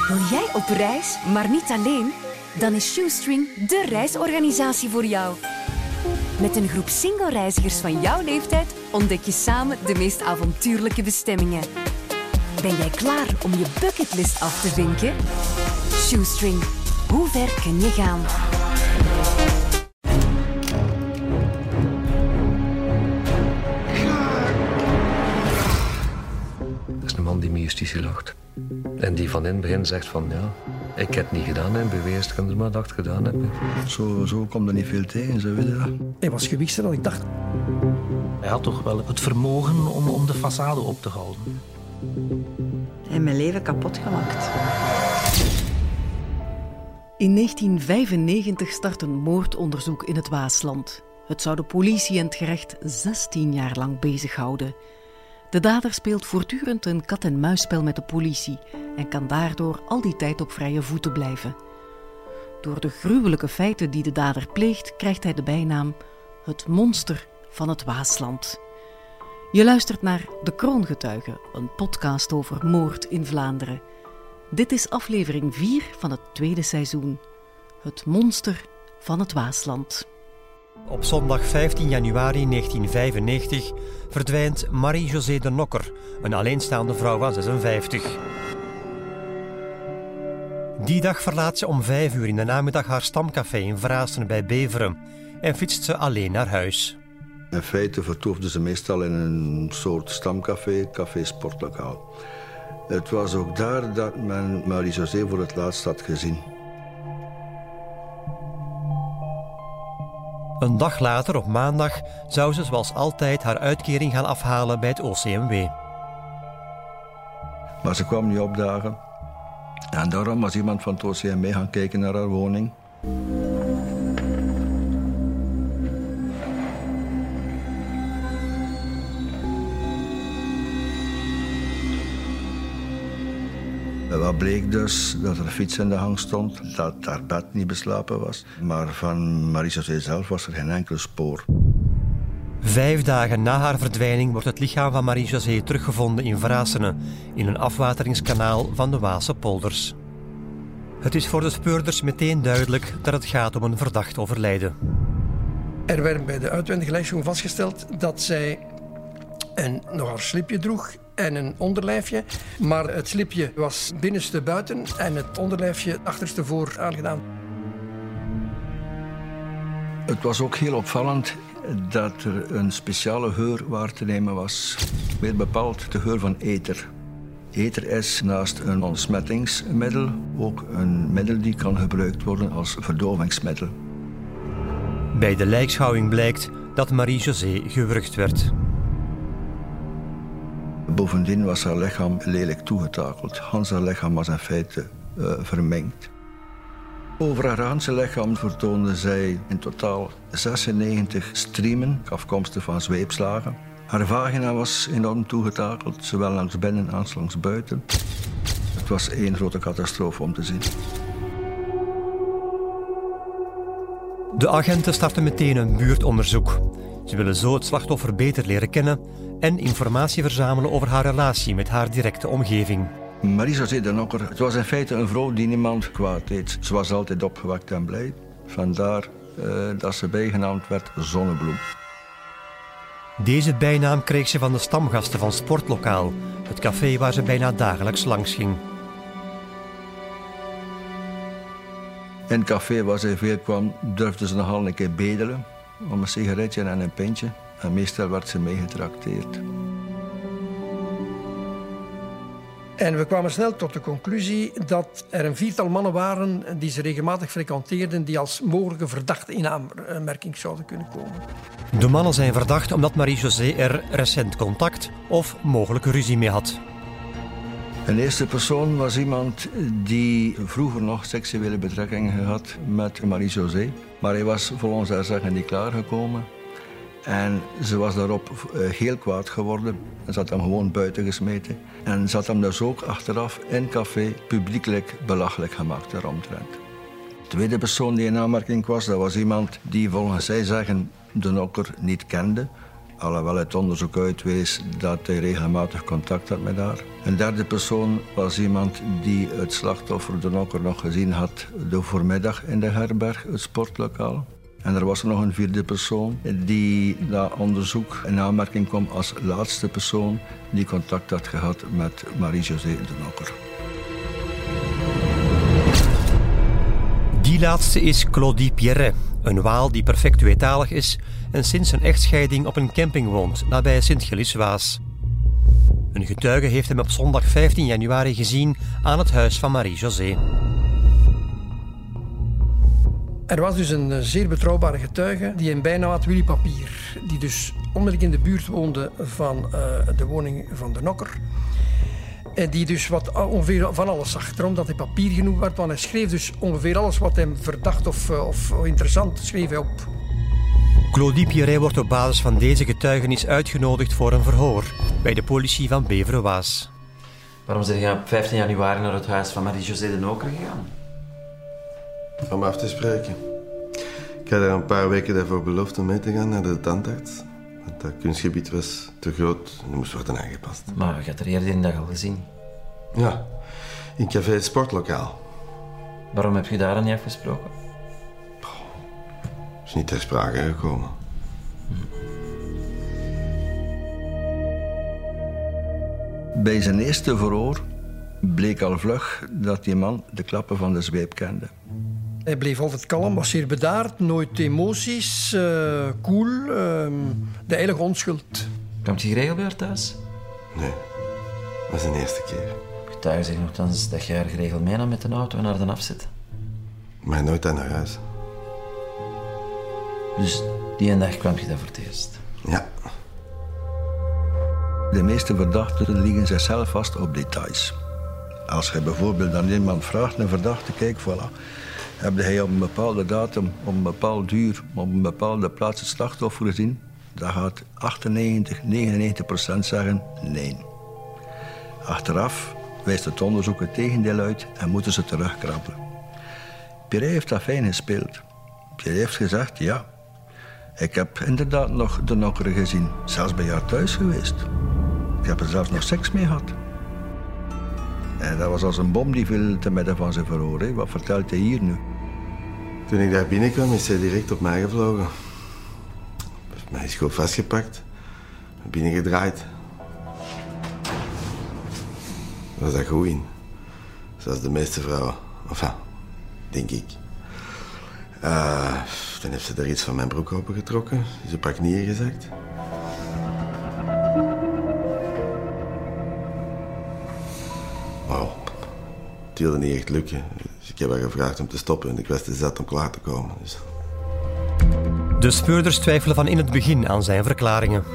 Wil jij op reis, maar niet alleen? Dan is Shoestring de reisorganisatie voor jou. Met een groep single-reizigers van jouw leeftijd ontdek je samen de meest avontuurlijke bestemmingen. Ben jij klaar om je bucketlist af te vinken? Shoestring. Hoe ver kun je gaan? Dat is een man die met justitie lacht. En die van in het begin zegt van ja, ik heb het niet gedaan en bewezen, ik heb er maar dat gedaan heb. Zo komt er niet veel tegen, zo weet je dat. Hij was gewichter dan ik dacht. Hij had toch wel het vermogen om de façade op te houden. Hij heeft mijn leven kapot gemaakt. In 1995 start een moordonderzoek in het Waasland. Het zou de politie en het gerecht 16 jaar lang bezighouden. De dader speelt voortdurend een kat-en-muisspel met de politie en kan daardoor al die tijd op vrije voeten blijven. Door de gruwelijke feiten die de dader pleegt, krijgt hij de bijnaam het monster van het Waasland. Je luistert naar De Kroongetuigen, een podcast over moord in Vlaanderen. Dit is aflevering 4 van het tweede seizoen. Het monster van het Waasland. Op zondag 15 januari 1995 verdwijnt Marie-José de Nokker, een alleenstaande vrouw van 56. Die dag verlaat ze om 5 uur in de namiddag haar stamcafé in Vraassen bij Beveren en fietst ze alleen naar huis. In feite vertoefde ze meestal in een soort stamcafé, café-sportlokaal. Het was ook daar dat men Marie-José voor het laatst had gezien. Een dag later, op maandag, zou ze zoals altijd haar uitkering gaan afhalen bij het OCMW. Maar ze kwam niet opdagen. En daarom was iemand van het OCMW gaan kijken naar haar woning. Wat bleek dus? Dat er een fiets in de hang stond, dat haar bed niet beslapen was. Maar van Marie-José zelf was er geen enkel spoor. 5 dagen na haar verdwijning wordt het lichaam van Marie-José teruggevonden in Vraassene, in een afwateringskanaal van de Waase polders. Het is voor de speurders meteen duidelijk dat het gaat om een verdacht overlijden. Er werd bij de uitwendige lijstjong vastgesteld dat zij nog haar slipje droeg en een onderlijfje. Maar het slipje was binnenste buiten en het onderlijfje achterste voor aangedaan. Het was ook heel opvallend dat er een speciale geur waar te nemen was. Meer bepaald de geur van ether. Ether is naast een ontsmettingsmiddel ook een middel die kan gebruikt worden als verdovingsmiddel. Bij de lijkschouwing blijkt dat Marie-José gewurgd werd. Bovendien was haar lichaam lelijk toegetakeld. Hans haar lichaam was in feite vermengd. Over haar hele lichaam vertoonde zij in totaal 96 striemen, afkomstig van zweepslagen. Haar vagina was enorm toegetakeld, zowel langs binnen als langs buiten. Het was één grote catastrofe om te zien. De agenten starten meteen een buurtonderzoek. Ze willen zo het slachtoffer beter leren kennen en informatie verzamelen over haar relatie met haar directe omgeving. Marie-José de Nokker, het was in feite een vrouw die niemand kwaad deed. Ze was altijd opgewekt en blij. Vandaar dat ze bijgenaamd werd Zonnebloem. Deze bijnaam kreeg ze van de stamgasten van Sportlokaal, het café waar ze bijna dagelijks langs ging. In het café waar zij veel kwam, durfde ze nogal een keer bedelen om een sigaretje en een pintje. En meestal werd ze meegetrakteerd. En we kwamen snel tot de conclusie dat er een 4-tal mannen waren die ze regelmatig frequenteerden, die als mogelijke verdachten in aanmerking zouden kunnen komen. De mannen zijn verdacht omdat Marie-José er recent contact of mogelijke ruzie mee had. Een eerste persoon was iemand die vroeger nog seksuele betrekkingen had met Marie-José. Maar hij was volgens haar zeggen niet klaargekomen. En ze was daarop heel kwaad geworden. Ze had hem gewoon buiten gesmeten. En ze had hem dus ook achteraf in café publiekelijk belachelijk gemaakt daaromtrent. De tweede persoon die in aanmerking was, dat was iemand die volgens zij zeggen de Nokker niet kende. alhoewel het onderzoek uitwees dat hij regelmatig contact had met haar. Een derde persoon was iemand die het slachtoffer de Nokker nog gezien had de voormiddag in de herberg, het sportlokaal. En er was nog een vierde persoon die na onderzoek in aanmerking kwam als laatste persoon die contact had gehad met Marie-José de Nokker. Die laatste is Claudie Pierret, een Waal die perfect tweetalig is en sinds zijn echtscheiding op een camping woont, nabij Sint-Gilles-Waas. Een getuige heeft hem op zondag 15 januari gezien aan het huis van Marie-José. Er was dus een zeer betrouwbare getuige die een bijnaam had, Willy Papier, die dus onmiddellijk in de buurt woonde van de woning van de Nokker. En die dus ongeveer van alles zag. Daarom dat hij Papier genoemd werd, want hij schreef dus ongeveer alles wat hem verdacht of interessant schreef hij op. Claudie Pierret wordt op basis van deze getuigenis uitgenodigd voor een verhoor bij de politie van Beverwaas. Waarom ben je op 15 januari naar het huis van Marie-José de Nokker gegaan? Om af te spreken. Ik had er een paar weken daarvoor beloofd om mee te gaan naar de tandarts. Want dat kunstgebied was te groot en moest worden aangepast. Maar je had er eerder die dag al gezien. Ja, in café het sportlokaal. Waarom heb je daar dan niet afgesproken? Is niet ter sprake gekomen. Bij zijn eerste verhoor bleek al vlug dat die man de klappen van de zweep kende. Hij bleef altijd kalm, was zeer bedaard, nooit emoties, cool, de heilige onschuld. Komt je geregeld bij haar thuis? Nee, dat is de eerste keer. Getuige zegt nogthans dat je haar geregeld meenam met een auto en haar dan afzet. Maar nooit aan naar huis. Dus die ene dag kwam je daar voor het eerst? Ja. De meeste verdachten liegen zichzelf vast op details. Als je bijvoorbeeld aan iemand vraagt, een verdachte, kijk, voilà. Heb hij op een bepaalde datum, op een bepaald uur, op een bepaalde plaats het slachtoffer gezien? Dan gaat 99% zeggen nee. Achteraf wijst het onderzoek het tegendeel uit en moeten ze terugkrabbelen. Pierret heeft dat fijn gespeeld. Pierret heeft gezegd, ja, ik heb inderdaad nog de Nokker gezien. Zelfs bij haar thuis geweest. Ik heb er zelfs nog seks mee gehad. En dat was als een bom die viel te midden van zijn verhoor. Hè. Wat vertelt hij hier nu? Toen ik daar binnenkwam, is hij direct op mij gevlogen. Heeft mij schoon vastgepakt. Binnengedraaid. Was dat goed in. Zoals de meeste vrouwen. Enfin, denk ik. Dan heeft ze er iets van mijn broek opengetrokken. Is op haar knieën gezakt. Wauw. Het wilde niet echt lukken. Dus ik heb haar gevraagd om te stoppen en ik was te zat om klaar te komen. Dus... De speurders twijfelen van in het begin aan zijn verklaringen.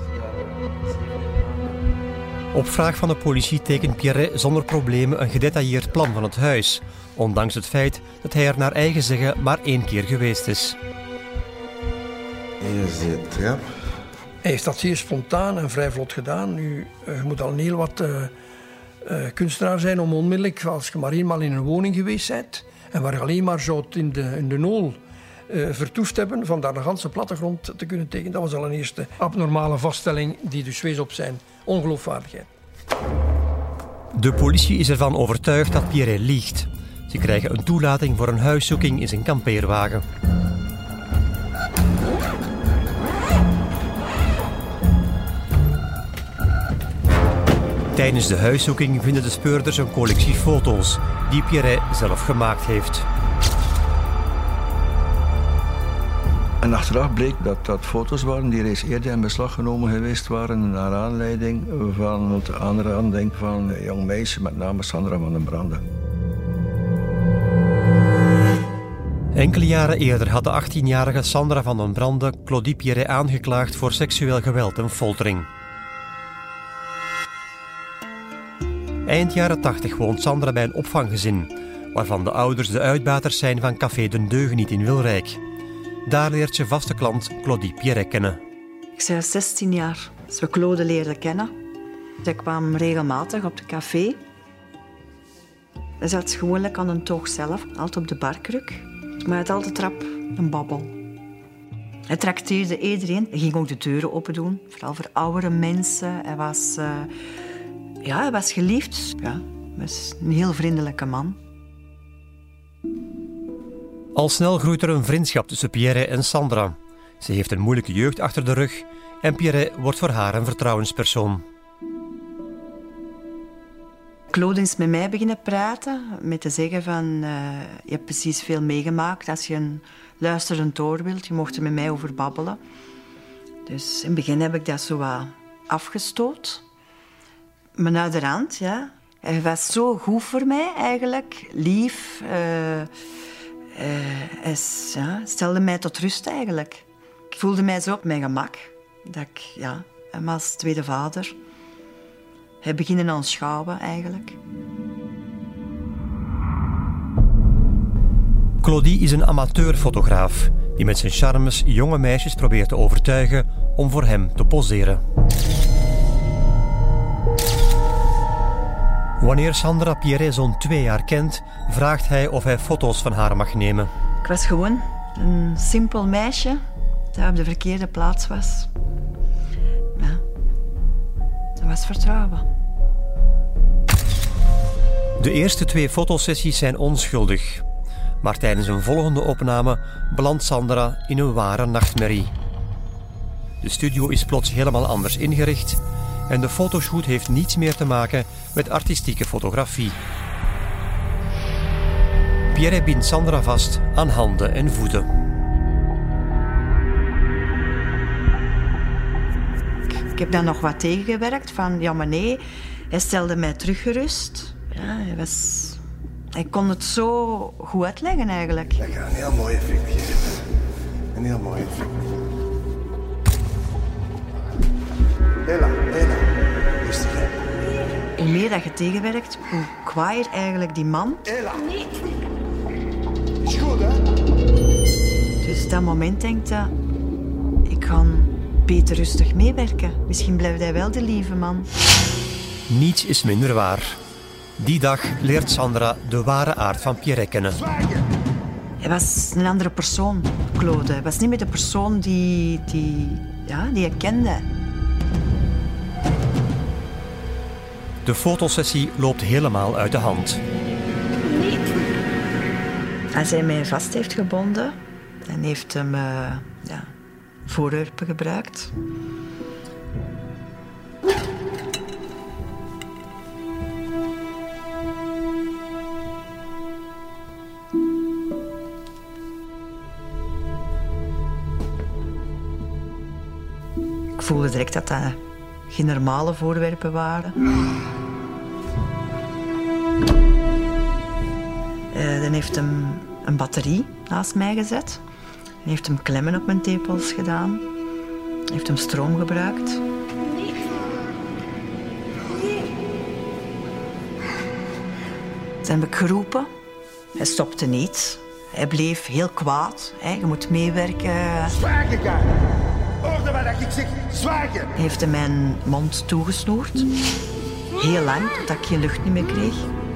Op vraag van de politie tekent Pierret zonder problemen een gedetailleerd plan van het huis, ondanks het feit dat hij er naar eigen zeggen maar 1 keer geweest is. Hier is de trap. Hij heeft dat zeer spontaan en vrij vlot gedaan. Nu, je moet al heel wat kunstenaar zijn om onmiddellijk, als je maar eenmaal in een woning geweest bent en waar je alleen maar zou in de Nool vertoefd hebben, van daar de ganse plattegrond te kunnen tekenen. Dat was al een eerste abnormale vaststelling die dus wees op zijn ongeloofwaardigheid. De politie is ervan overtuigd dat Pierret liegt. Ze krijgen een toelating voor een huiszoeking in zijn kampeerwagen. Tijdens de huiszoeking vinden de speurders een collectie foto's die Pierret zelf gemaakt heeft. En achteraf bleek dat dat foto's waren die reeds eerder in beslag genomen geweest waren naar aanleiding van het aanranding van een jong meisje, met name Sandra van den Brande. Enkele jaren eerder had de 18-jarige Sandra van den Brande Claudie Pierret aangeklaagd voor seksueel geweld en foltering. Eind jaren 80 woont Sandra bij een opvanggezin, waarvan de ouders de uitbaters zijn van Café Den Deugeniet in Wilrijk. Daar leert ze vaste klant Claudie Pierret kennen. Ik was 16 jaar, dus we Claude leerden kennen. Zij kwam regelmatig op de café. Hij zat gewoonlijk aan een toog zelf, altijd op de barkruk. Maar hij had altijd rap een babbel. Hij trakteerde iedereen. Hij ging ook de deuren open doen, vooral voor oudere mensen. Hij was geliefd. Ja, hij was een heel vriendelijke man. Al snel groeit er een vriendschap tussen Pierre en Sandra. Ze heeft een moeilijke jeugd achter de rug en Pierre wordt voor haar een vertrouwenspersoon. Claude is met mij beginnen praten, met te zeggen van... je hebt precies veel meegemaakt. Als je een luisterend oor wilt, je mocht er met mij over babbelen. Dus in het begin heb ik dat zo wat afgestoot. Maar naderhand, ja... Hij was zo goed voor mij, eigenlijk. Lief. Hij stelde mij tot rust, eigenlijk. Ik voelde mij zo op mijn gemak. Dat ik, hem als tweede vader... Hij beginnen aanschouwen, eigenlijk. Claudie is een amateurfotograaf die met zijn charmes jonge meisjes probeert te overtuigen om voor hem te poseren. Wanneer Sandra Pierre zo'n 2 jaar kent, vraagt hij of hij foto's van haar mag nemen. Ik was gewoon een simpel meisje dat op de verkeerde plaats was. Ja, dat was vertrouwen. De eerste 2 fotosessies zijn onschuldig. Maar tijdens een volgende opname belandt Sandra in een ware nachtmerrie. De studio is plots helemaal anders ingericht en de fotoshoot heeft niets meer te maken met artistieke fotografie. Pierre bindt Sandra vast aan handen en voeten. Ik heb daar nog wat tegengewerkt van, ja maar nee, hij stelde mij teruggerust. Ja, hij kon het zo goed uitleggen eigenlijk. Dat gaat een heel mooi effect geven. Een heel mooi effect. Hela, rustig hè. Hoe meer dat je tegenwerkt, hoe kwaaier eigenlijk die man. Hela. Nee. Is goed hè? Dus op dat moment denkt hij, ik ga beter rustig meewerken. Misschien blijft hij wel de lieve man. Niets is minder waar. Die dag leert Sandra de ware aard van Pierre kennen. Hij was een andere persoon, Claude. Hij was niet meer de persoon die hij kende. De fotosessie loopt helemaal uit de hand. Nee. Als hij mij vast heeft gebonden en heeft hem voorwerpen gebruikt. Ik voelde direct dat dat geen normale voorwerpen waren. Dan heeft hem een batterie naast mij gezet. Hij heeft hem klemmen op mijn tepels gedaan. Hij heeft hem stroom gebruikt. Toen heb ik geroepen. Hij stopte niet. Hij bleef heel kwaad. Je moet meewerken. Zwagen, ga! Hoorde wat ik zeg? Zwagen! Hij heeft mijn mond toegesnoerd. Heel lang, totdat ik geen lucht niet meer kreeg.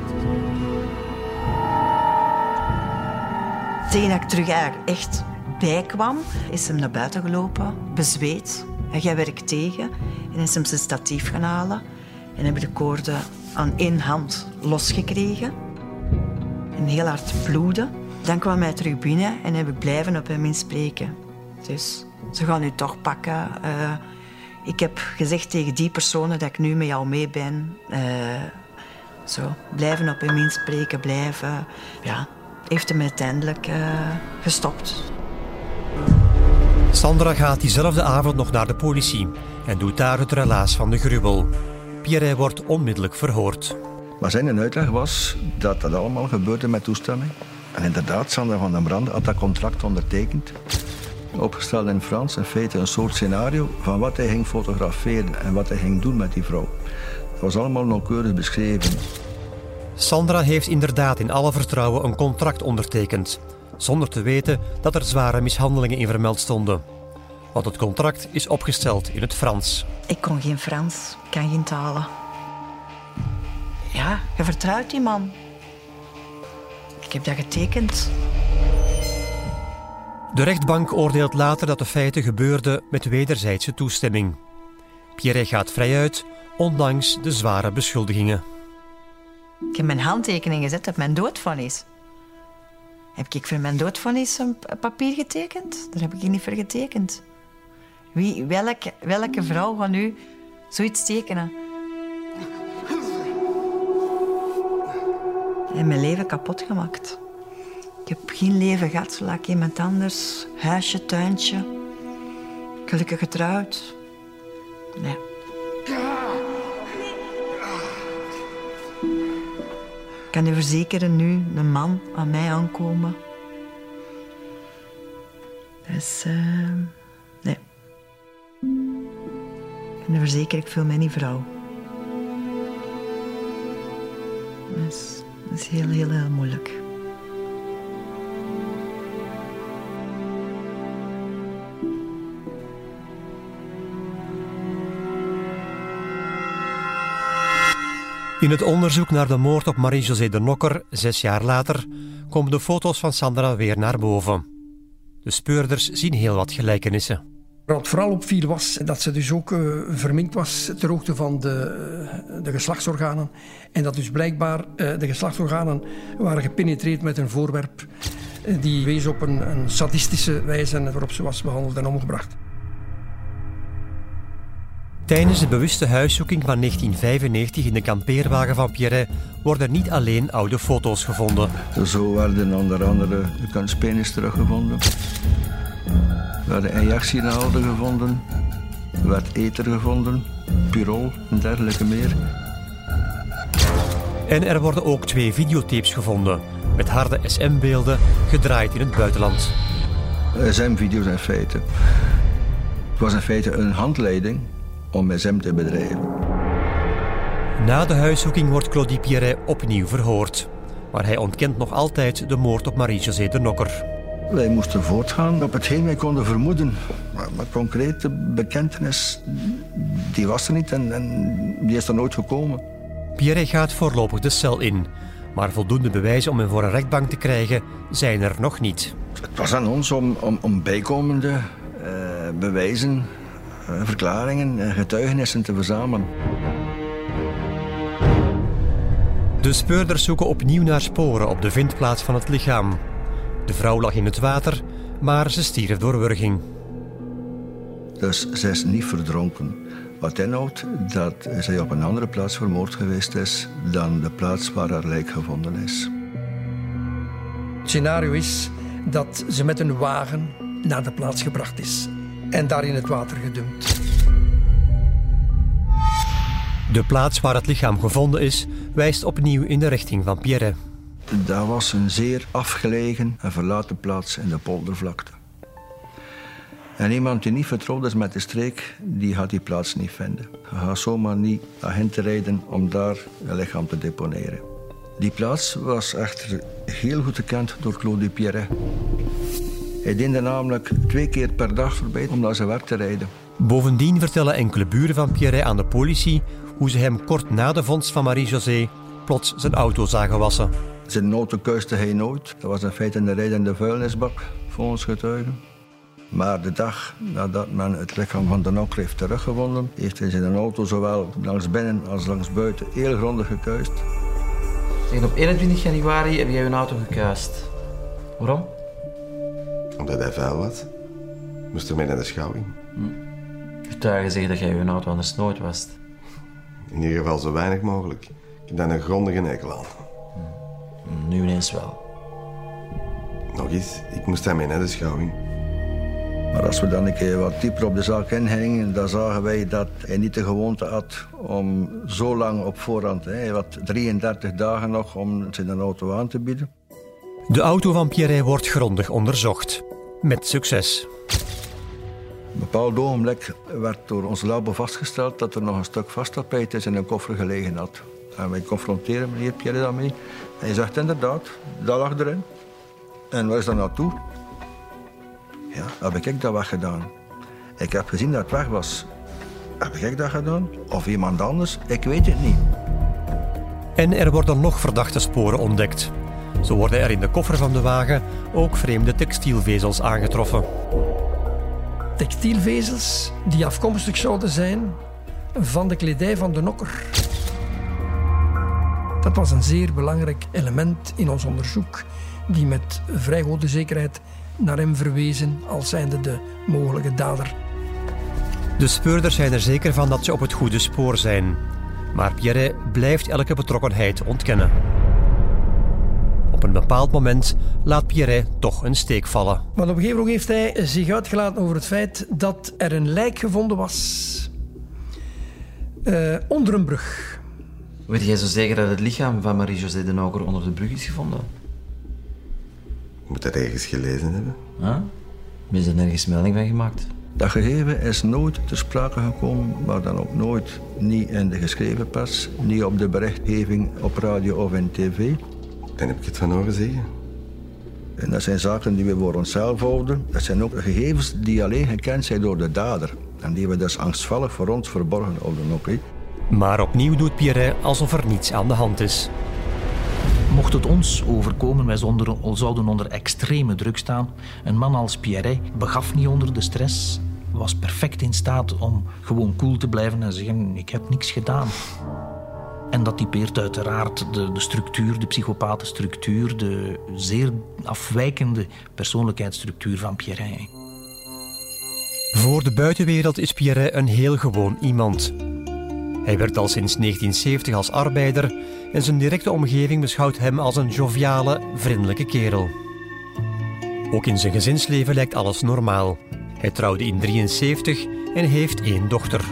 Tegen dat ik terug eigenlijk echt bijkwam, is hem naar buiten gelopen, bezweet. En jij werkt tegen. En is hem zijn statief gaan halen. En heb ik de koorden aan 1 hand losgekregen. En heel hard bloeden. Dan kwam hij terug binnen en heb ik blijven op hem inspreken. Dus ze gaan u toch pakken. Ik heb gezegd tegen die personen dat ik nu met jou mee ben. Zo, blijven op hem inspreken, blijven. Ja, heeft hem uiteindelijk gestopt. Sandra gaat diezelfde avond nog naar de politie en doet daar het relaas van de gruwel. Pierre wordt onmiddellijk verhoord. Maar zijn uitleg was dat dat allemaal gebeurde met toestemming. En inderdaad, Sandra van den Brande had dat contract ondertekend. Opgesteld in Frans, in feite een soort scenario van wat hij ging fotograferen en wat hij ging doen met die vrouw. Het was allemaal nauwkeurig beschreven. Sandra heeft inderdaad in alle vertrouwen een contract ondertekend, zonder te weten dat er zware mishandelingen in vermeld stonden. Want het contract is opgesteld in het Frans. Ik kon geen Frans, ik kan geen talen. Ja, je vertrouwt die man. Ik heb dat getekend. De rechtbank oordeelt later dat de feiten gebeurden met wederzijdse toestemming. Pierre gaat vrijuit, ondanks de zware beschuldigingen. Ik heb mijn handtekening gezet op mijn doodvonnis. Heb ik voor mijn doodvonnis een papier getekend? Daar heb ik niet voor getekend. Welke vrouw gaat nu zoiets tekenen? En mijn leven kapot gemaakt. Ik heb geen leven gehad zoals iemand anders. Huisje, tuintje. Gelukkig getrouwd. Nee. Ik kan u verzekeren nu een man aan mij aankomen. Dus, nee. Ik kan u verzekeren, ik voel mij niet vrouw. Dus, dat is heel, heel, heel moeilijk. In het onderzoek naar de moord op Marie-José de Nokker, 6 jaar later, komen de foto's van Sandra weer naar boven. De speurders zien heel wat gelijkenissen. Wat vooral opviel was dat ze dus ook verminkt was ter hoogte van de geslachtsorganen. En dat dus blijkbaar de geslachtsorganen waren gepenetreerd met een voorwerp die wees op een sadistische wijze waarop ze was behandeld en omgebracht. Tijdens de bewuste huiszoeking van 1995 in de kampeerwagen van Pierre worden niet alleen oude foto's gevonden. Zo werden onder andere de kunstpenis teruggevonden. Er werden injectienaalden gevonden. Er werd ether gevonden, pirol en dergelijke meer. En er worden ook 2 videotapes gevonden met harde SM-beelden gedraaid in het buitenland. SM-video's in feite. Het was in feite een handleiding om SM te bedrijven. Na de huiszoeking wordt Claudie Pierret opnieuw verhoord. Maar hij ontkent nog altijd de moord op Marie-José de Nokker. Wij moesten voortgaan op hetgeen wij konden vermoeden. Maar concrete bekentenis, die was er niet en die is er nooit gekomen. Pierret gaat voorlopig de cel in. Maar voldoende bewijzen om hem voor een rechtbank te krijgen zijn er nog niet. Het was aan ons om bijkomende bewijzen, verklaringen en getuigenissen te verzamelen. De speurders zoeken opnieuw naar sporen op de vindplaats van het lichaam. De vrouw lag in het water, maar ze stierf door wurging. Dus zij is niet verdronken. Wat inhoudt dat zij op een andere plaats vermoord geweest is dan de plaats waar haar lijk gevonden is. Het scenario is dat ze met een wagen naar de plaats gebracht is en daar in het water gedumpt. De plaats waar het lichaam gevonden is, wijst opnieuw in de richting van Pierret. Dat was een zeer afgelegen en verlaten plaats in de poldervlakte. En iemand die niet vertrouwd is met de streek, die gaat die plaats niet vinden. Je gaat zomaar niet daarheen te rijden om daar een lichaam te deponeren. Die plaats was echter heel goed gekend door Claudie Pierret. Hij diende namelijk 2 keer per dag voorbij om naar zijn werk te rijden. Bovendien vertellen enkele buren van Pierret aan de politie hoe ze hem kort na de vondst van Marie-José plots zijn auto zagen wassen. Zijn auto kuiste hij nooit. Dat was in feite een rijdende vuilnisbak, volgens getuigen. Maar de dag nadat men het lichaam van de Nokker heeft teruggevonden, heeft hij zijn auto zowel langs binnen als langs buiten heel grondig gekuist. En op 21 januari heb jij je auto gekuist. Waarom? Omdat hij vuil was. Moest ermee naar de schouwing. Getuigen zeggen dat jij je auto aan de snoot was. In ieder geval zo weinig mogelijk. Ik heb daar een grondige hekel aan. Nu ineens wel. Nog eens, ik moest daarmee naar de schouwing. Maar als we dan een keer wat dieper op de zaak ingingen, dan zagen wij dat hij niet de gewoonte had om zo lang op voorhand, hij had 33 dagen nog om zijn auto aan te bieden. De auto van Pierret wordt grondig onderzocht. Met succes. Op een bepaald ogenblik werd door ons labo vastgesteld dat er nog een stuk vasttapijt in een koffer gelegen had. En wij confronteren meneer Pierret daarmee. Hij zegt inderdaad, dat lag erin. En waar is dat naartoe? Ja, heb ik dat weggedaan. Ik heb gezien dat het weg was. Heb ik dat gedaan? Of iemand anders? Ik weet het niet. En er worden nog verdachte sporen ontdekt. Zo worden er in de koffer van de wagen ook vreemde textielvezels aangetroffen. Textielvezels die afkomstig zouden zijn van de kledij van de nokker. Dat was een zeer belangrijk element in ons onderzoek, die met vrij grote zekerheid naar hem verwezen als zijnde de mogelijke dader. De speurders zijn er zeker van dat ze op het goede spoor zijn. Maar Pierret blijft elke betrokkenheid ontkennen. Op een bepaald moment laat Pierret toch een steek vallen. Maar op een gegeven moment heeft hij zich uitgelaten over het feit dat er een lijk gevonden was onder een brug. Weet jij zo zeker dat het lichaam van Marie-José de Noker onder de brug is gevonden? Je moet dat ergens gelezen hebben. Is er nergens melding van gemaakt? Dat gegeven is nooit ter sprake gekomen, maar dan ook nooit niet in de geschreven pers, niet op de berichtgeving op radio of in tv. Dan heb ik het van horen zeggen. En dat zijn zaken die we voor onszelf houden. Dat zijn ook gegevens die alleen gekend zijn door de dader. En die we dus angstvallig voor ons verborgen houden ook. Maar opnieuw doet Pierret alsof er niets aan de hand is. Mocht het ons overkomen, wij zouden onder extreme druk staan. Een man als Pierret begaf niet onder de stress, was perfect in staat om gewoon cool te blijven en zeggen: ik heb niks gedaan. En dat typeert uiteraard de structuur, de psychopatenstructuur, de zeer afwijkende persoonlijkheidsstructuur van Pierret. Voor de buitenwereld is Pierret een heel gewoon iemand. Hij werkt al sinds 1970 als arbeider en zijn directe omgeving beschouwt hem als een joviale, vriendelijke kerel. Ook in zijn gezinsleven lijkt alles normaal. Hij trouwde in 1973 en heeft 1 dochter.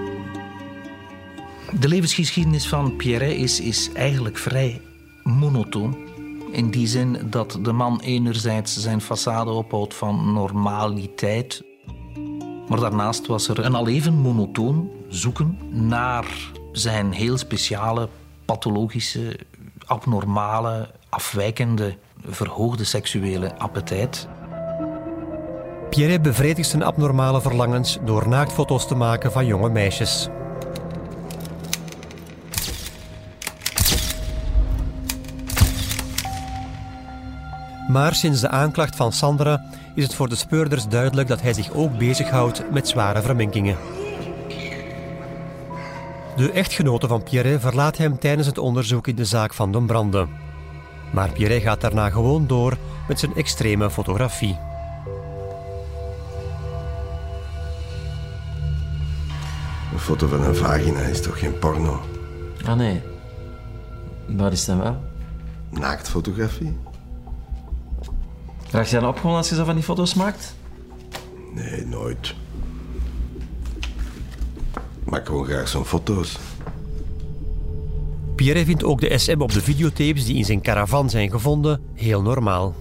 De levensgeschiedenis van Pierret is eigenlijk vrij monotoon. In die zin dat de man enerzijds zijn façade ophoudt van normaliteit, maar daarnaast was er een al even monotoon zoeken naar zijn heel speciale, pathologische, abnormale, afwijkende, verhoogde seksuele appetijt. Pierret bevredigt zijn abnormale verlangens door naaktfoto's te maken van jonge meisjes. Maar sinds de aanklacht van Sandra is het voor de speurders duidelijk dat hij zich ook bezighoudt met zware verminkingen. De echtgenote van Pierret verlaat hem tijdens het onderzoek in de zaak van Den Brande. Maar Pierret gaat daarna gewoon door met zijn extreme fotografie. Een foto van een vagina is toch geen porno? Ah nee. Wat is dan wel? Naaktfotografie? Vraag je dan op gewoon als je zo van die foto's maakt? Nee, nooit. Ik maak gewoon graag zo'n foto's. Pierret vindt ook de SM op de videotapes die in zijn caravan zijn gevonden heel normaal.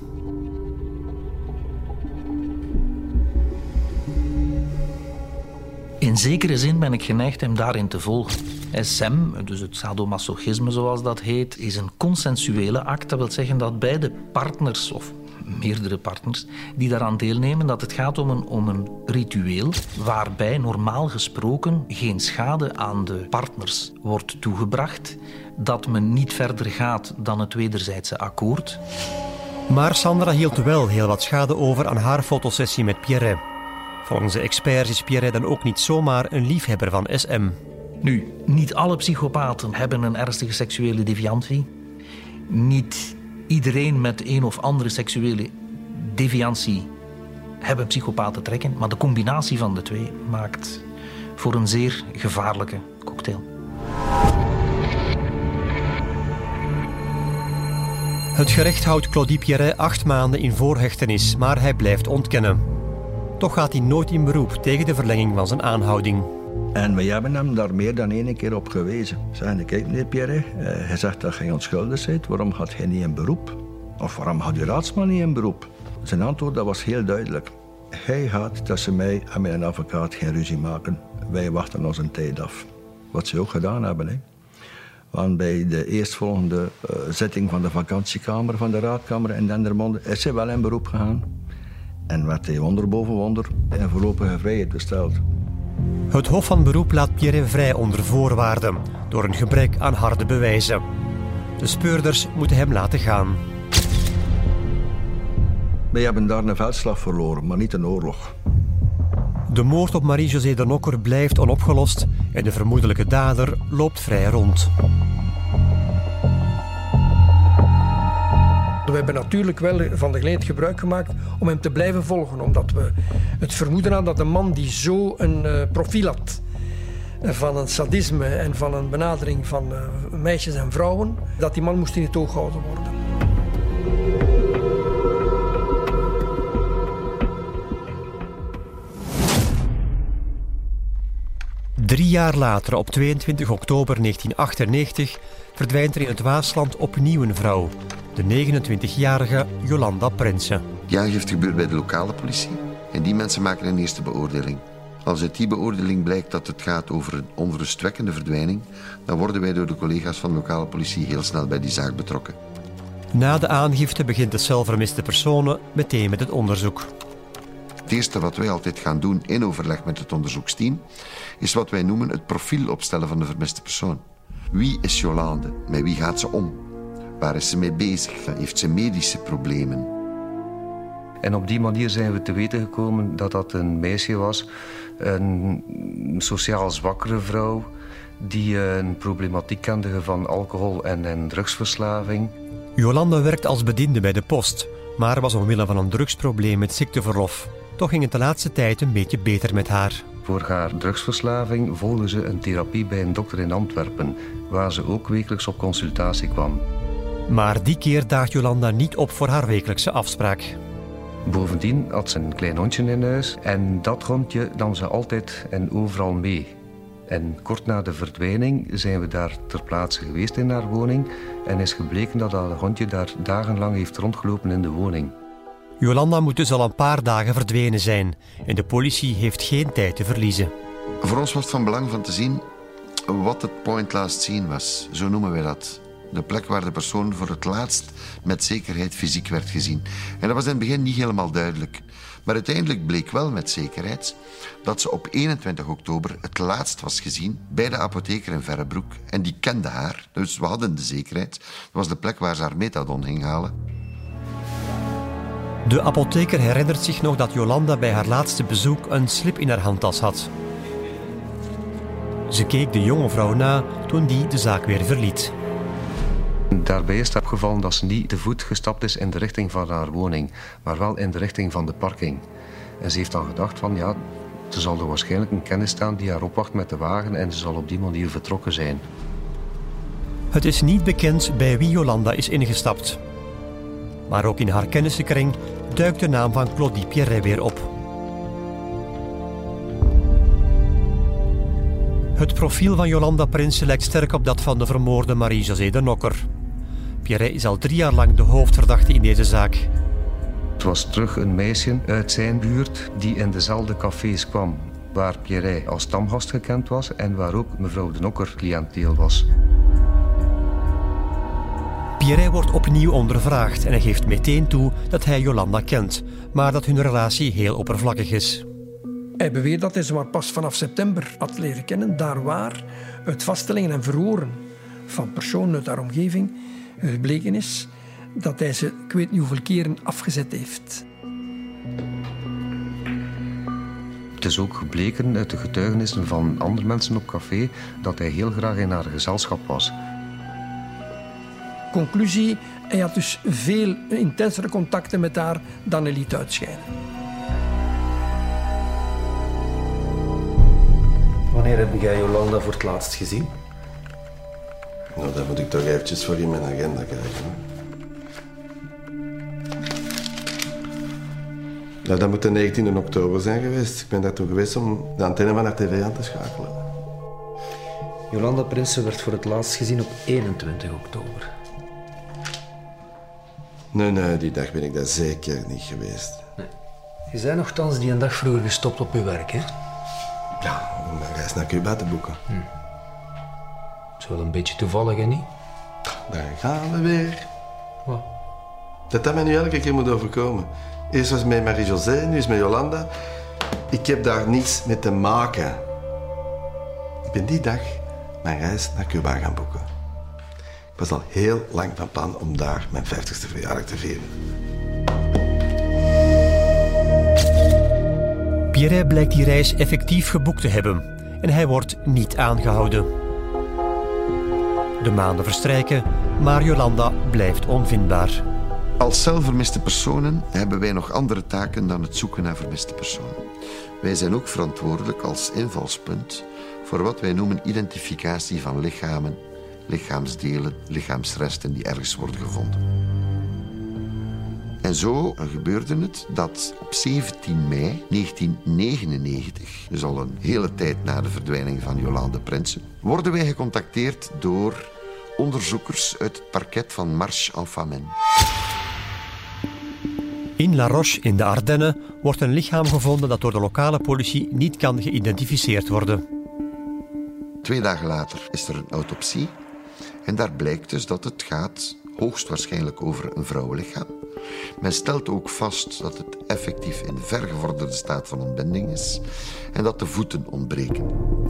In zekere zin ben ik geneigd hem daarin te volgen. SM, dus het sadomasochisme zoals dat heet, is een consensuele act. Dat wil zeggen dat beide partners, of meerdere partners, die daaraan deelnemen, dat het gaat om een ritueel waarbij normaal gesproken geen schade aan de partners wordt toegebracht, dat men niet verder gaat dan het wederzijdse akkoord. Maar Sandra hield wel heel wat schade over aan haar fotosessie met Pierret. Volgens de experts is Pierret dan ook niet zomaar een liefhebber van SM. Nu, niet alle psychopaten hebben een ernstige seksuele deviantie. Niet iedereen met een of andere seksuele deviantie hebben psychopaten trekken, maar de combinatie van de twee maakt voor een zeer gevaarlijke cocktail. Het gerecht houdt Claudie Pierret 8 maanden in voorhechtenis, maar hij blijft ontkennen. Toch gaat hij nooit in beroep tegen de verlenging van zijn aanhouding. En we hebben hem daar meer dan 1 keer op gewezen. Zeiden, kijk meneer Pierret, hij zegt dat hij onschuldig bent. Waarom gaat hij niet in beroep? Of waarom gaat uw raadsman niet in beroep? Zijn antwoord dat was heel duidelijk. Hij gaat tussen mij en mijn advocaat geen ruzie maken. Wij wachten ons een tijd af. Wat ze ook gedaan hebben. Hè. Want bij de eerstvolgende zitting van de vakantiekamer van de raadkamer in Dendermonde is hij wel in beroep gegaan. En werd hij wonder boven wonder in voorlopige vrijheid besteld. Het Hof van Beroep laat Pierret vrij onder voorwaarden, door een gebrek aan harde bewijzen. De speurders moeten hem laten gaan. Wij hebben daar een veldslag verloren, maar niet een oorlog. De moord op Marie-José de Nokker blijft onopgelost en de vermoedelijke dader loopt vrij rond. We hebben natuurlijk wel van de gelegenheid gebruik gemaakt om hem te blijven volgen, omdat we het vermoeden hadden dat een man die zo een profiel had van een sadisme en van een benadering van meisjes en vrouwen, dat die man moest in het oog gehouden worden. Drie jaar later, op 22 oktober 1998, verdwijnt er in het Waasland opnieuw een vrouw. De 29-jarige Jolanda Prinsen. Die aangifte gebeurt bij de lokale politie en die mensen maken een eerste beoordeling. Als uit die beoordeling blijkt dat het gaat over een onrustwekkende verdwijning, dan worden wij door de collega's van de lokale politie heel snel bij die zaak betrokken. Na de aangifte begint de cel vermiste personen meteen met het onderzoek. Het eerste wat wij altijd gaan doen in overleg met het onderzoeksteam is wat wij noemen het profiel opstellen van de vermiste persoon. Wie is Jolande? Met wie gaat ze om? Waar is ze mee bezig? Heeft ze medische problemen? En op die manier zijn we te weten gekomen dat dat een meisje was, een sociaal zwakkere vrouw, die een problematiek kende van alcohol- en drugsverslaving. Jolanda werkt als bediende bij de post, maar was omwille van een drugsprobleem met ziekteverlof. Toch ging het de laatste tijd een beetje beter met haar. Voor haar drugsverslaving volgde ze een therapie bij een dokter in Antwerpen, waar ze ook wekelijks op consultatie kwam. Maar die keer daagt Jolanda niet op voor haar wekelijkse afspraak. Bovendien had ze een klein hondje in huis en dat hondje nam ze altijd en overal mee. En kort na de verdwijning zijn we daar ter plaatse geweest in haar woning en is gebleken dat dat hondje daar dagenlang heeft rondgelopen in de woning. Jolanda moet dus al een paar dagen verdwenen zijn en de politie heeft geen tijd te verliezen. Voor ons was het van belang van te zien wat het point last seen was. Zo noemen wij dat. De plek waar de persoon voor het laatst met zekerheid fysiek werd gezien. En dat was in het begin niet helemaal duidelijk. Maar uiteindelijk bleek wel met zekerheid dat ze op 21 oktober het laatst was gezien bij de apotheker in Verrebroek. En die kende haar, dus we hadden de zekerheid. Dat was de plek waar ze haar methadon ging halen. De apotheker herinnert zich nog dat Jolanda bij haar laatste bezoek een slip in haar handtas had. Ze keek de jonge vrouw na toen die de zaak weer verliet. Daarbij is het opgevallen dat ze niet te voet gestapt is in de richting van haar woning, maar wel in de richting van de parking. En ze heeft dan gedacht van ja, er zal er waarschijnlijk een kennis staan die haar opwacht met de wagen en ze zal op die manier vertrokken zijn. Het is niet bekend bij wie Jolanda is ingestapt. Maar ook in haar kennissenkring duikt de naam van Claudie Pierret weer op. Het profiel van Jolanda Prinsen lijkt sterk op dat van de vermoorde Marie-José de Nokker. Pierret is al 3 jaar lang de hoofdverdachte in deze zaak. Het was terug een meisje uit zijn buurt die in dezelfde cafés kwam, waar Pierret als stamgast gekend was en waar ook mevrouw de Nokker cliënteel was. Pierret wordt opnieuw ondervraagd en hij geeft meteen toe dat hij Jolanda kent, maar dat hun relatie heel oppervlakkig is. Hij beweert dat hij ze maar pas vanaf september had leren kennen, daar waar uit vaststellingen en verhoren van personen uit haar omgeving gebleken is dat hij ze, ik weet niet hoeveel keren, afgezet heeft. Het is ook gebleken uit de getuigenissen van andere mensen op café dat hij heel graag in haar gezelschap was. Conclusie, hij had dus veel intensere contacten met haar dan hij liet uitschijnen. Wanneer heb jij Jolanda voor het laatst gezien? Nou, dat moet ik toch eventjes voor in mijn agenda kijken. Nou, dat moet de 19e oktober zijn geweest. Ik ben daar toen geweest om de antenne van haar tv aan te schakelen. Jolanda Prinsen werd voor het laatst gezien op 21 oktober. Nee, die dag ben ik daar zeker niet geweest. Nee. Je bent nochtans die een dag vroeger gestopt op je werk, hè? Ja, om een reis naar Cuba te boeken. Dat is wel een beetje toevallig, hè, niet? Daar gaan we weer. Wat? Dat mij nu elke keer moet overkomen. Eerst was het met Marie-José, nu is het met Jolanda. Ik heb daar niets mee te maken. Ik ben die dag mijn reis naar Cuba gaan boeken. Ik was al heel lang van plan om daar mijn 50ste verjaardag te vieren. Pierre blijkt die reis effectief geboekt te hebben en hij wordt niet aangehouden. De maanden verstrijken, maar Jolanda blijft onvindbaar. Als cel vermiste personen hebben wij nog andere taken dan het zoeken naar vermiste personen. Wij zijn ook verantwoordelijk als invalspunt voor wat wij noemen identificatie van lichamen, lichaamsdelen, lichaamsresten die ergens worden gevonden. En zo gebeurde het dat op 17 mei 1999, dus al een hele tijd na de verdwijning van Jolanda Prinsen, worden wij gecontacteerd door onderzoekers uit het parket van Marche-en-Famenne. In La Roche in de Ardennen wordt een lichaam gevonden dat door de lokale politie niet kan geïdentificeerd worden. 2 dagen later is er een autopsie en daar blijkt dus dat het gaat hoogstwaarschijnlijk over een vrouwenlichaam. Men stelt ook vast dat het effectief in vergevorderde staat van ontbinding is en dat de voeten ontbreken.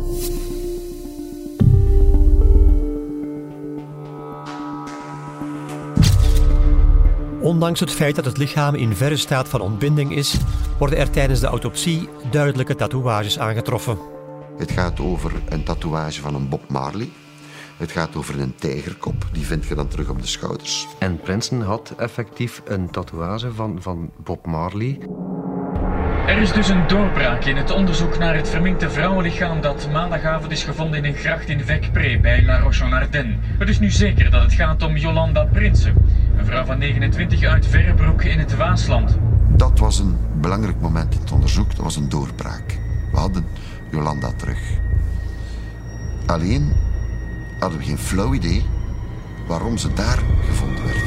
Ondanks het feit dat het lichaam in verre staat van ontbinding is, worden er tijdens de autopsie duidelijke tatoeages aangetroffen. Het gaat over een tatoeage van een Bob Marley. Het gaat over een tijgerkop, die vind je dan terug op de schouders. En Prinsen had effectief een tatoeage van Bob Marley. Er is dus een doorbraak in het onderzoek naar het verminkte vrouwenlichaam dat maandagavond is gevonden in een gracht in Vecpré bij La Roche-en-Ardenne. Het is nu zeker dat het gaat om Jolanda Prinsen, een vrouw van 29 uit Verrebroek in het Waasland. Dat was een belangrijk moment in het onderzoek, dat was een doorbraak. We hadden Jolanda terug. Alleen hadden we geen flauw idee waarom ze daar gevonden werd.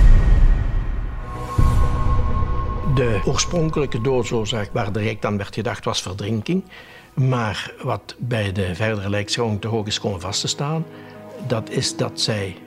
De oorspronkelijke doodsoorzaak waar direct aan werd gedacht was verdrinking. Maar wat bij de verdere lijkschouwing te hoog is komen vast te staan, dat is dat zij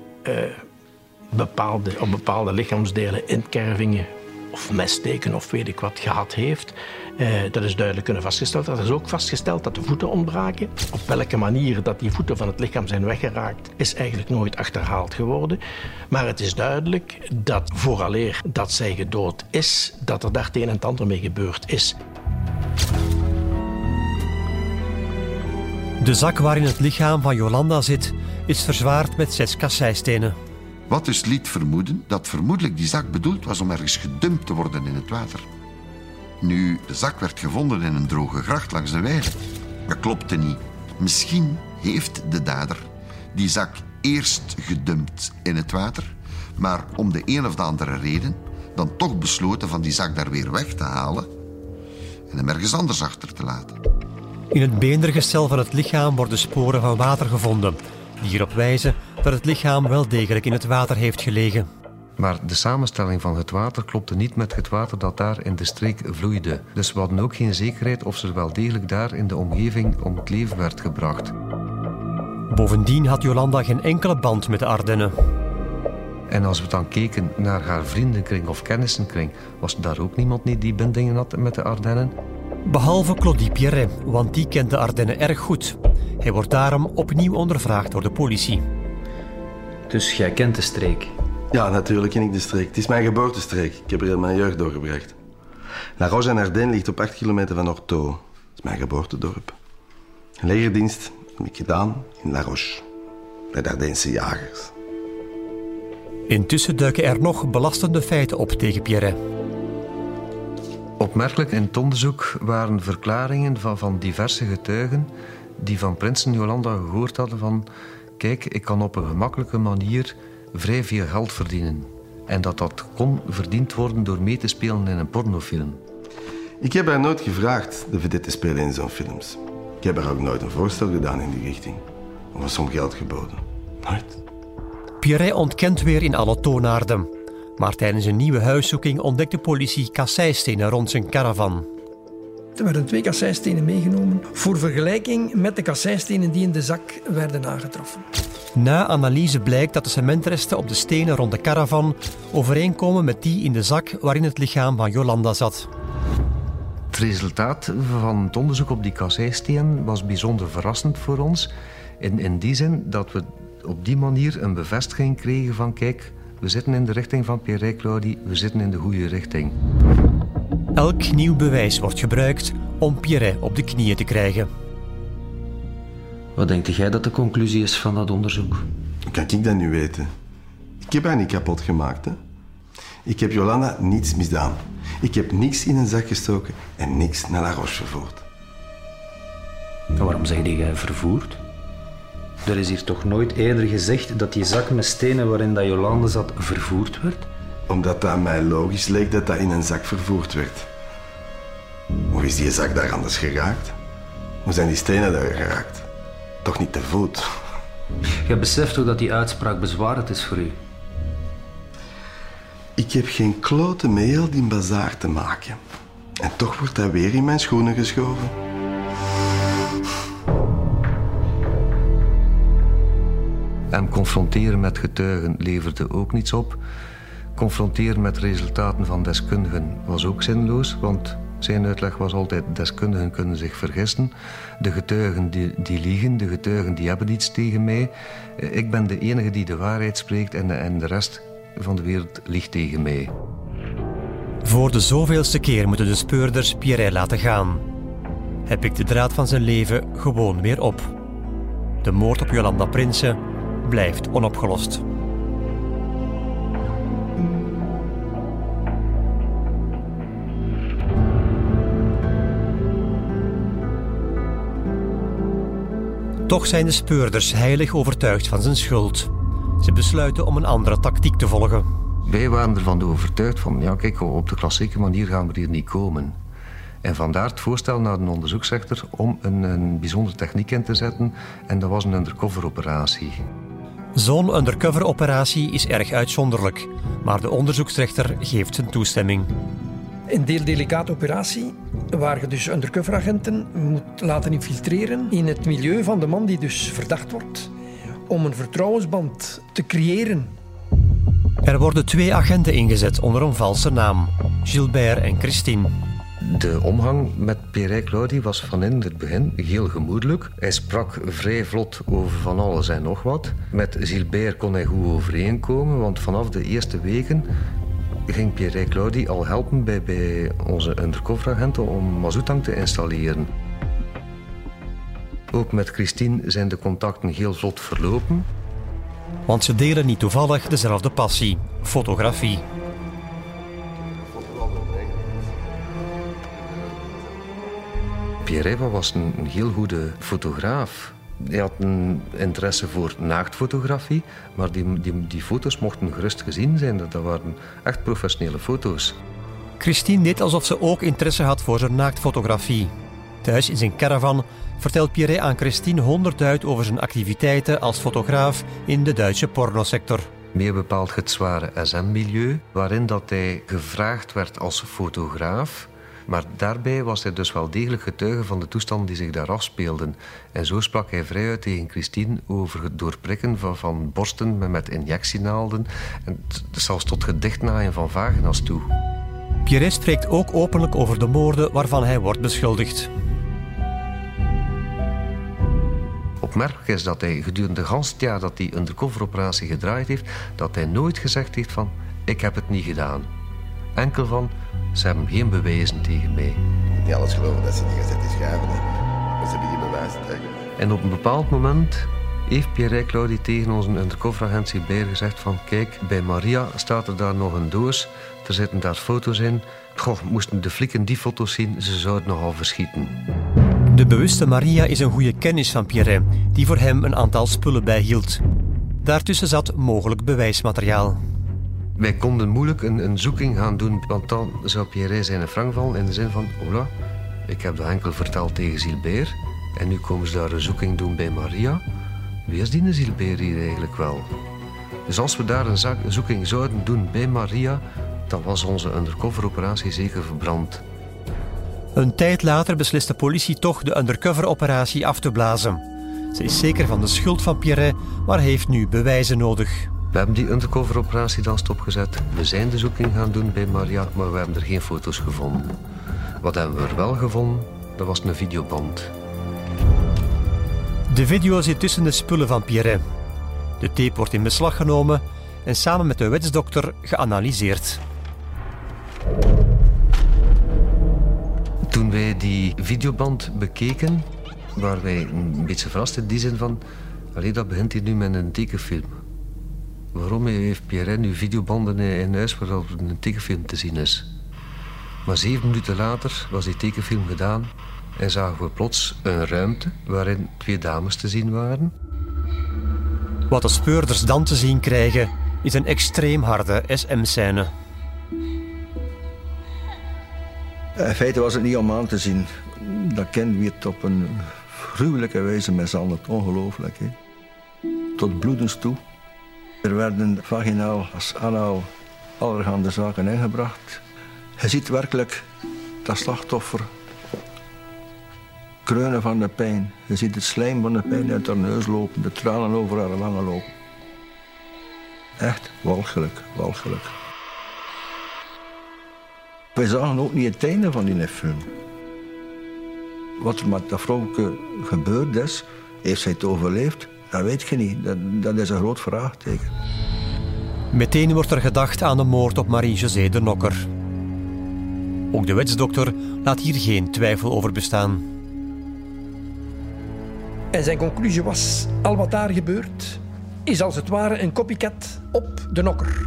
bepaalde lichaamsdelen, inkervingen of messteken of weet ik wat gehad heeft. Dat is duidelijk kunnen vastgesteld. Er is ook vastgesteld dat de voeten ontbraken. Op welke manier dat die voeten van het lichaam zijn weggeraakt, is eigenlijk nooit achterhaald geworden. Maar het is duidelijk dat vooraleer dat zij gedood is, dat er daar het een en het ander mee gebeurd is. De zak waarin het lichaam van Jolanda zit, is verzwaard met 6 kasseistenen. Wat dus liet vermoeden dat vermoedelijk die zak bedoeld was om ergens gedumpt te worden in het water. Nu, de zak werd gevonden in een droge gracht langs de weide. Dat klopte niet. Misschien heeft de dader die zak eerst gedumpt in het water, maar om de een of de andere reden dan toch besloten van die zak daar weer weg te halen en hem ergens anders achter te laten. In het beendergestel van het lichaam worden sporen van water gevonden, die erop wijzen dat het lichaam wel degelijk in het water heeft gelegen. Maar de samenstelling van het water klopte niet met het water dat daar in de streek vloeide. Dus we hadden ook geen zekerheid of ze wel degelijk daar in de omgeving om het leven werd gebracht. Bovendien had Jolanda geen enkele band met de Ardennen. En als we dan keken naar haar vriendenkring of kennissenkring, was daar ook niemand die bindingen had met de Ardennen? Behalve Claudie Pierret, want die kent de Ardennen erg goed. Hij wordt daarom opnieuw ondervraagd door de politie. Dus jij kent de streek? Ja, natuurlijk ken ik de streek. Het is mijn geboortestreek. Ik heb er mijn jeugd doorgebracht. La Roche-en-Ardenne ligt op 8 kilometer van Ortho. Dat is mijn geboortedorp. Een legerdienst heb ik gedaan in La Roche, bij de Ardense jagers. Intussen duiken er nog belastende feiten op tegen Pierret. Opmerkelijk in het onderzoek waren verklaringen van diverse getuigen die van Prinsen Jolanda gehoord hadden van: kijk, ik kan op een gemakkelijke manier vrij veel geld verdienen. En dat kon verdiend worden door mee te spelen in een pornofilm. Ik heb haar nooit gevraagd de vedette te spelen in zo'n films. Ik heb haar ook nooit een voorstel gedaan in die richting. Of een som geld geboden. Nooit. Pierret ontkent weer in alle toonaarden. Maar tijdens een nieuwe huiszoeking ontdekt de politie kasseistenen rond zijn caravan. Er werden 2 kasseistenen meegenomen voor vergelijking met de kasseistenen die in de zak werden aangetroffen. Na analyse blijkt dat de cementresten op de stenen rond de caravan overeenkomen met die in de zak waarin het lichaam van Jolanda zat. Het resultaat van het onderzoek op die kasseistenen was bijzonder verrassend voor ons. In die zin dat we op die manier een bevestiging kregen van: kijk, we zitten in de richting van Pierret, Claudie, we zitten in de goede richting. Elk nieuw bewijs wordt gebruikt om Pierret op de knieën te krijgen. Wat denk jij dat de conclusie is van dat onderzoek? Hoe kan ik dat nu weten? Ik heb haar niet kapot gemaakt. Hè? Ik heb Jolanda niets misdaan. Ik heb niks in een zak gestoken en niks naar La Roche vervoerd. En waarom zeg jij vervoerd? Er is hier toch nooit eerder gezegd dat die zak met stenen waarin dat Jolande zat vervoerd werd? Omdat dat mij logisch leek dat dat in een zak vervoerd werd. Hoe is die zak daar anders geraakt? Hoe zijn die stenen daar geraakt? Toch niet te voet? Je beseft toch dat die uitspraak bezwarend is voor u? Ik heb geen klote mee heel die bazaar te maken. En toch wordt dat weer in mijn schoenen geschoven. Hem confronteren met getuigen leverde ook niets op. Confronteren met resultaten van deskundigen was ook zinloos, want zijn uitleg was altijd: deskundigen kunnen zich vergissen. De getuigen die liegen, de getuigen die hebben iets tegen mij. Ik ben de enige die de waarheid spreekt en de rest van de wereld liegt tegen mij. Voor de zoveelste keer moeten de speurders Pierret laten gaan. Hij pikt de draad van zijn leven gewoon weer op. De moord op Jolanda Prinsen blijft onopgelost. Toch zijn de speurders heilig overtuigd van zijn schuld. Ze besluiten om een andere tactiek te volgen. Wij waren ervan overtuigd van, ja kijk, op de klassieke manier gaan we hier niet komen. En vandaar het voorstel naar de onderzoeksrechter om een bijzondere techniek in te zetten. En dat was een undercover-operatie. Zo'n undercover-operatie is erg uitzonderlijk, maar de onderzoeksrechter geeft zijn toestemming. Een heel delicate operatie, waar je dus undercoveragenten moet laten infiltreren in het milieu van de man die dus verdacht wordt, om een vertrouwensband te creëren. Er worden 2 agenten ingezet onder een valse naam, Gilbert en Christine. De omgang met Pierret Claudie was van in het begin heel gemoedelijk. Hij sprak vrij vlot over van alles en nog wat. Met Gilbert kon hij goed overeenkomen, want vanaf de eerste weken ging Pierret Claudie al helpen bij onze undercoveragenten om mazouttank te installeren. Ook met Christine zijn de contacten heel vlot verlopen. Want ze delen niet toevallig dezelfde passie, fotografie. Pierret was een heel goede fotograaf. Hij had een interesse voor naaktfotografie, maar die foto's mochten gerust gezien zijn. Dat waren echt professionele foto's. Christine deed alsof ze ook interesse had voor zijn naaktfotografie. Thuis in zijn caravan vertelt Pierret aan Christine honderd over zijn activiteiten als fotograaf in de Duitse pornosector. Meer bepaald het zware SM-milieu, waarin dat hij gevraagd werd als fotograaf. Maar daarbij was hij dus wel degelijk getuige van de toestanden die zich daar afspeelden. En zo sprak hij vrij uit tegen Christine over het doorprikken van borsten met injectienaalden. En zelfs tot gedichtnaaien van vagina's toe. Pierret spreekt ook openlijk over de moorden waarvan hij wordt beschuldigd. Opmerkelijk is dat hij gedurende het hele jaar dat die undercover-operatie gedraaid heeft, dat hij nooit gezegd heeft van, ik heb het niet gedaan. Enkel van, ze hebben geen bewijzen tegen mij. Je moet niet alles geloven dat ze niet gezet is schuiven. Maar ze hebben geen bewijzen tegen mij. En op een bepaald moment heeft Pierret Claudie tegen onze undercoveragent Gilbert gezegd van, kijk, bij Maria staat er daar nog een doos. Er zitten daar foto's in. Goh, moesten de flikken die foto's zien, ze zouden nogal verschieten. De bewuste Maria is een goede kennis van Pierret, die voor hem een aantal spullen bijhield. Daartussen zat mogelijk bewijsmateriaal. Wij konden moeilijk een zoeking gaan doen, want dan zou Pierret zijn frank vallen in de zin van, hola, ik heb dat enkel verteld tegen Gilbert en nu komen ze daar een zoeking doen bij Maria. Wie is die Gilbert hier eigenlijk wel? Dus als we daar een zoeking zouden doen bij Maria, dan was onze undercover-operatie zeker verbrand. Een tijd later beslist de politie toch de undercover-operatie af te blazen. Ze is zeker van de schuld van Pierret, maar heeft nu bewijzen nodig. We hebben die undercover-operatie dan stopgezet. We zijn de zoeking gaan doen bij Maria, maar we hebben er geen foto's gevonden. Wat hebben we er wel gevonden? Dat was een videoband. De video zit tussen de spullen van Pierret. De tape wordt in beslag genomen en samen met de wetsdokter geanalyseerd. Toen wij die videoband bekeken, waren wij een beetje verrast in die zin van... Allee, dat begint hier nu met een tekenfilm. Waarom heeft Pierre nu videobanden in huis waar een tekenfilm te zien is? Maar 7 minuten later was die tekenfilm gedaan en zagen we plots een ruimte waarin 2 dames te zien waren. Wat de speurders dan te zien krijgen, is een extreem harde SM-scène. In feite was het niet om aan te zien. Dat kind werd op een gruwelijke wijze mishandeld. Ongelooflijk. Hè? Tot bloedens toe. Er werden vaginaal als anaal allerhande zaken ingebracht. Je ziet werkelijk dat slachtoffer kreunen van de pijn. Je ziet het slijm van de pijn uit haar neus lopen, de tranen over haar wangen lopen. Echt walgelijk, walgelijk. Wij zagen ook niet het einde van die film. Wat er met dat vrouwke gebeurd is, heeft zij het overleefd? Dat weet je niet. Dat is een groot vraagteken. Meteen wordt er gedacht aan de moord op Marie-José de Nokker. Ook de wetsdokter laat hier geen twijfel over bestaan. En zijn conclusie was, al wat daar gebeurt, is als het ware een copycat op de Nokker.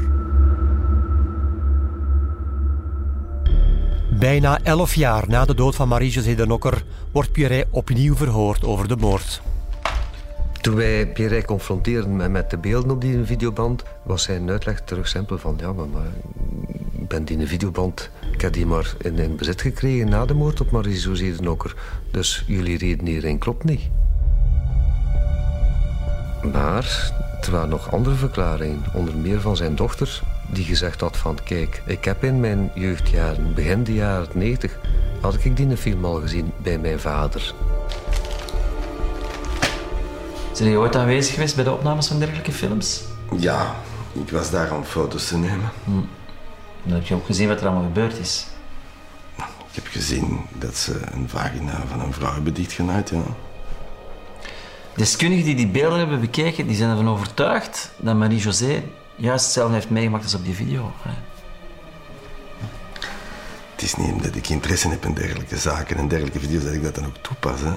Bijna 11 jaar na de dood van Marie-José de Nokker wordt Pierret opnieuw verhoord over de moord. Toen wij Pierret confronteerden met de beelden op die videoband, was zijn uitleg terug simpel van ja, maar ik ben die videoband, ik heb die maar in bezit gekregen na de moord op Marie-José de Nokker. Dus jullie redenering klopt niet. Maar er waren nog andere verklaringen, onder meer van zijn dochter, die gezegd had van kijk, ik heb in mijn jeugdjaren, begin de jaren 90, had ik die film al gezien bij mijn vader. Zijn je ooit aanwezig geweest bij de opnames van dergelijke films? Ja, ik was daar om foto's te nemen. Dan heb je ook gezien wat er allemaal gebeurd is. Ik heb gezien dat ze een vagina van een vrouw hebben dichtgenaaid, ja. Deskundigen die beelden hebben bekeken, die zijn ervan overtuigd dat Marie-José juist hetzelfde heeft meegemaakt als op die video. Het is niet omdat ik interesse heb in dergelijke zaken en dergelijke video's dat ik dat dan ook toepas, hè.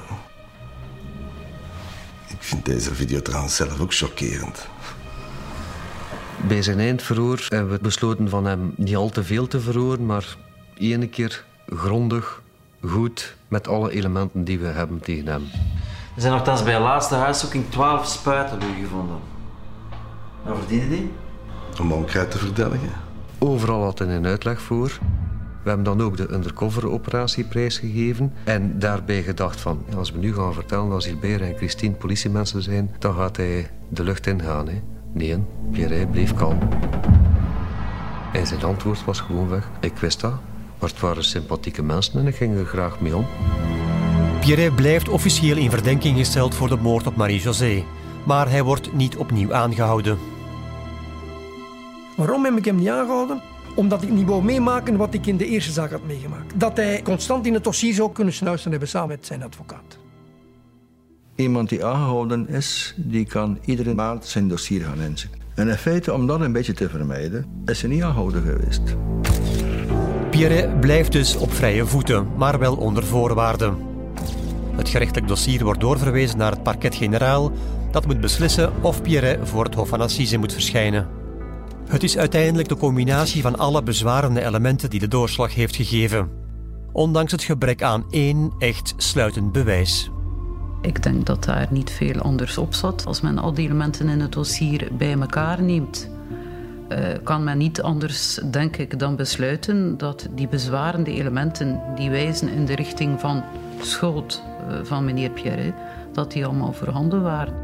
Ik vind deze video trouwens zelf ook chockerend. Bij zijn eindverhoor hebben we besloten van hem niet al te veel te verhoren, maar 1 keer grondig, goed, met alle elementen die we hebben tegen hem. Er zijn nogthans bij de laatste huiszoeking 12 spuiten bij u gevonden. Wat verdienen die? Om onkruid te verdelgen. Overal had hij een uitleg voor. We hebben dan ook de undercover-operatie prijsgegeven en daarbij gedacht van, als we nu gaan vertellen dat Gilbert en Christine politiemensen zijn, dan gaat hij de lucht ingaan. Hè. Nee, Pierre bleef kalm. En zijn antwoord was gewoonweg, ik wist dat, maar het waren sympathieke mensen en ik ging er graag mee om. Pierre blijft officieel in verdenking gesteld voor de moord op Marie-José, maar hij wordt niet opnieuw aangehouden. Waarom heb ik hem niet aangehouden? Omdat ik niet wou meemaken wat ik in de eerste zaak had meegemaakt. Dat hij constant in het dossier zou kunnen snuisteren hebben samen met zijn advocaat. Iemand die aangehouden is, die kan iedere maand zijn dossier gaan inzien. En in feite, om dat een beetje te vermijden, is hij niet aangehouden geweest. Pierre blijft dus op vrije voeten, maar wel onder voorwaarden. Het gerechtelijk dossier wordt doorverwezen naar het parquet-generaal, dat moet beslissen of Pierre voor het Hof van Assise moet verschijnen. Het is uiteindelijk de combinatie van alle bezwarende elementen die de doorslag heeft gegeven. Ondanks het gebrek aan één echt sluitend bewijs. Ik denk dat daar niet veel anders op zat. Als men al die elementen in het dossier bij elkaar neemt, kan men niet anders, denk ik, dan besluiten dat die bezwarende elementen die wijzen in de richting van schuld van meneer Pierre, dat die allemaal voorhanden waren.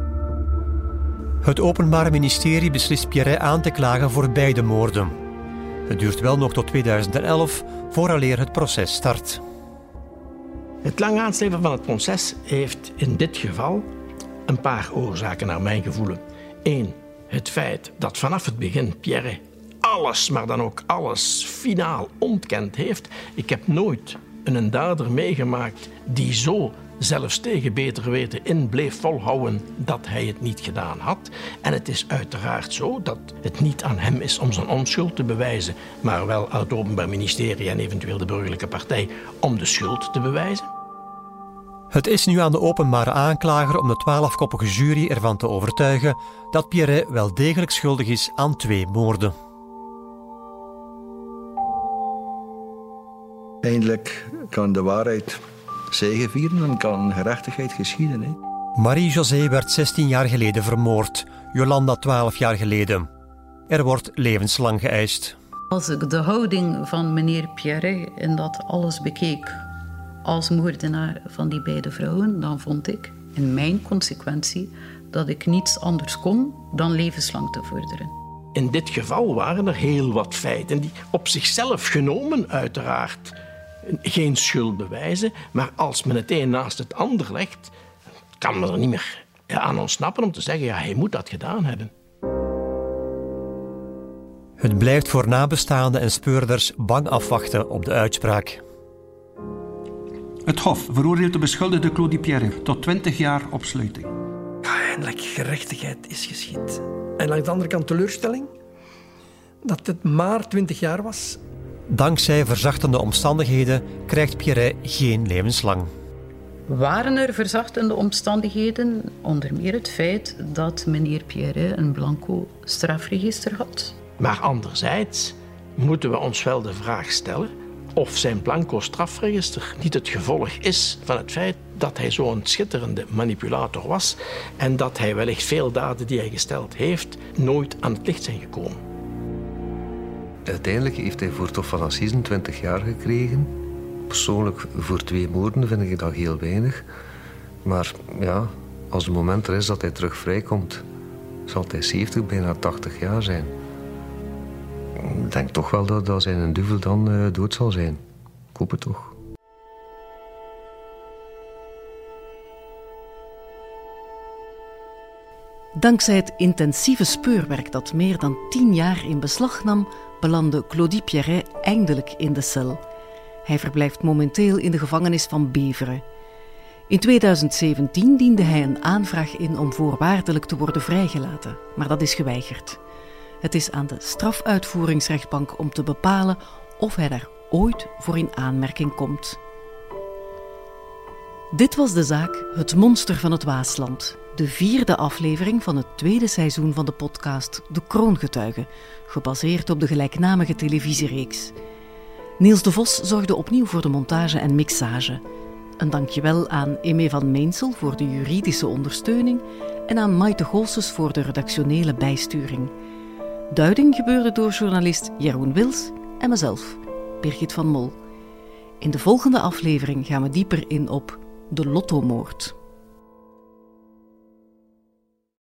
Het Openbaar Ministerie beslist Pierre aan te klagen voor beide moorden. Het duurt wel nog tot 2011 vooraleer het proces start. Het lang aanslepen van het proces heeft in dit geval een paar oorzaken naar mijn gevoelen. 1. Het feit dat vanaf het begin Pierre alles, maar dan ook alles, finaal ontkend heeft. Ik heb nooit een dader meegemaakt die zo zelfs tegen beter weten in bleef volhouden dat hij het niet gedaan had. En het is uiteraard zo dat het niet aan hem is om zijn onschuld te bewijzen, maar wel aan het Openbaar Ministerie en eventueel de burgerlijke partij om de schuld te bewijzen. Het is nu aan de openbare aanklager om de 12-koppige jury ervan te overtuigen dat Pierret wel degelijk schuldig is aan 2 moorden. Eindelijk kan de waarheid zegevieren en kan gerechtigheid geschieden. Hè? Marie-José werd 16 jaar geleden vermoord, Jolanda 12 jaar geleden. Er wordt levenslang geëist. Als ik de houding van meneer Pierret en dat alles bekeek als moordenaar van die beide vrouwen, dan vond ik in mijn consequentie dat ik niets anders kon dan levenslang te vorderen. In dit geval waren er heel wat feiten die op zichzelf genomen uiteraard geen schuld bewijzen, maar als men het een naast het ander legt, kan men er niet meer aan ontsnappen om te zeggen, ja, hij moet dat gedaan hebben. Het blijft voor nabestaanden en speurders bang afwachten op de uitspraak. Het Hof veroordeelt de beschuldigde Claudie Pierret tot 20 jaar opsluiting. Ja, eindelijk gerechtigheid is geschied. En langs de andere kant teleurstelling dat het maar 20 jaar was. Dankzij verzachtende omstandigheden krijgt Pierret geen levenslang. Waren er verzachtende omstandigheden? Onder meer het feit dat meneer Pierret een blanco strafregister had. Maar anderzijds moeten we ons wel de vraag stellen of zijn blanco strafregister niet het gevolg is van het feit dat hij zo'n schitterende manipulator was en dat hij wellicht veel daden die hij gesteld heeft nooit aan het licht zijn gekomen. Uiteindelijk heeft hij voor Tof van Assisen 20 jaar gekregen. Persoonlijk voor 2 moorden vind ik dat heel weinig. Maar ja, als het moment er is dat hij terug vrijkomt, zal hij 70, bijna 80 jaar zijn. Ik denk toch wel dat zijn duvel dan dood zal zijn. Ik hoop het toch. Dankzij het intensieve speurwerk dat meer dan 10 jaar in beslag nam, belandde Claudie Pierret eindelijk in de cel. Hij verblijft momenteel in de gevangenis van Beveren. In 2017 diende hij een aanvraag in om voorwaardelijk te worden vrijgelaten, maar dat is geweigerd. Het is aan de strafuitvoeringsrechtbank om te bepalen of hij daar ooit voor in aanmerking komt. Dit was de zaak Het Monster van het Waasland, de 4e aflevering van het 2e seizoen van de podcast De Kroongetuige, gebaseerd op de gelijknamige televisiereeks. Niels de Vos zorgde opnieuw voor de montage en mixage. Een dankjewel aan Aimé van Meensel voor de juridische ondersteuning en aan Maite Goossens voor de redactionele bijsturing. Duiding gebeurde door journalist Jeroen Wils en mezelf, Birgit van Mol. In de volgende aflevering gaan we dieper in op de Lottomoord.